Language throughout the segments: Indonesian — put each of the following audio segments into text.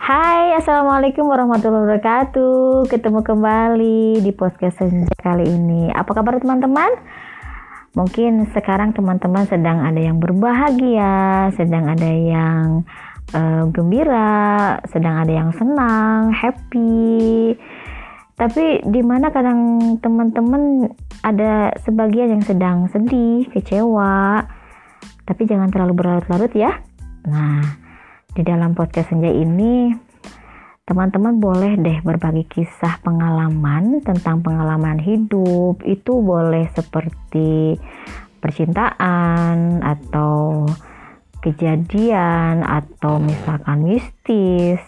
Hai, assalamualaikum warahmatullahi wabarakatuh. Ketemu kembali di podcast Senja kali ini. Apa kabar teman-teman? Mungkin sekarang teman-teman sedang ada yang berbahagia, sedang ada yang gembira, sedang ada yang senang, happy. Tapi di mana kadang teman-teman ada sebagian yang sedang sedih, kecewa. Tapi jangan terlalu berlarut-larut ya. Nah, di dalam podcast Senja ini, teman-teman boleh deh berbagi kisah pengalaman tentang pengalaman hidup. Itu boleh seperti percintaan atau kejadian atau misalkan mistis.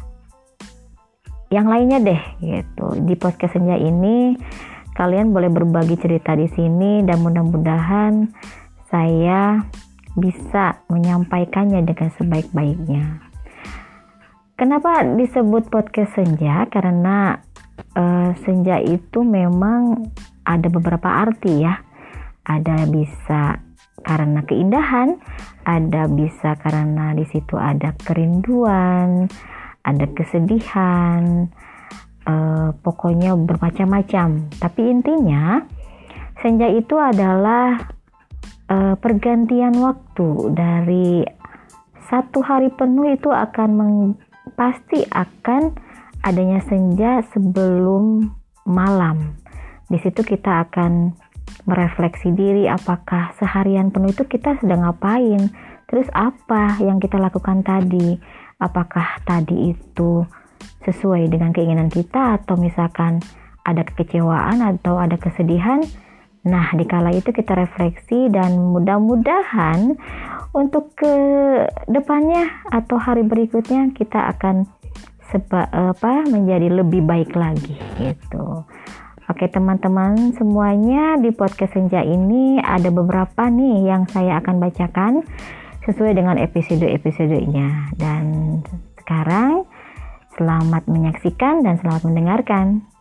Yang lainnya deh gitu. Di podcast Senja ini kalian boleh berbagi cerita di sini dan mudah-mudahan saya bisa menyampaikannya dengan sebaik-baiknya. Kenapa disebut podcast Senja? Karena senja itu memang ada beberapa arti ya. Ada bisa karena keindahan, ada bisa karena di situ ada kerinduan, ada kesedihan, pokoknya bermacam-macam. Tapi intinya senja itu adalah pergantian waktu dari satu hari penuh itu pasti akan adanya senja sebelum malam. Di situ kita akan merefleksi diri apakah seharian penuh itu kita sedang ngapain, terus apa yang kita lakukan tadi, apakah tadi itu sesuai dengan keinginan kita atau misalkan ada kekecewaan atau ada kesedihan. Nah, dikala itu kita refleksi dan mudah-mudahan untuk ke depannya atau hari berikutnya kita akan menjadi lebih baik lagi gitu. Oke teman-teman semuanya, di podcast Senja ini ada beberapa nih yang saya akan bacakan sesuai dengan episode-episodenya. Dan sekarang selamat menyaksikan dan selamat mendengarkan.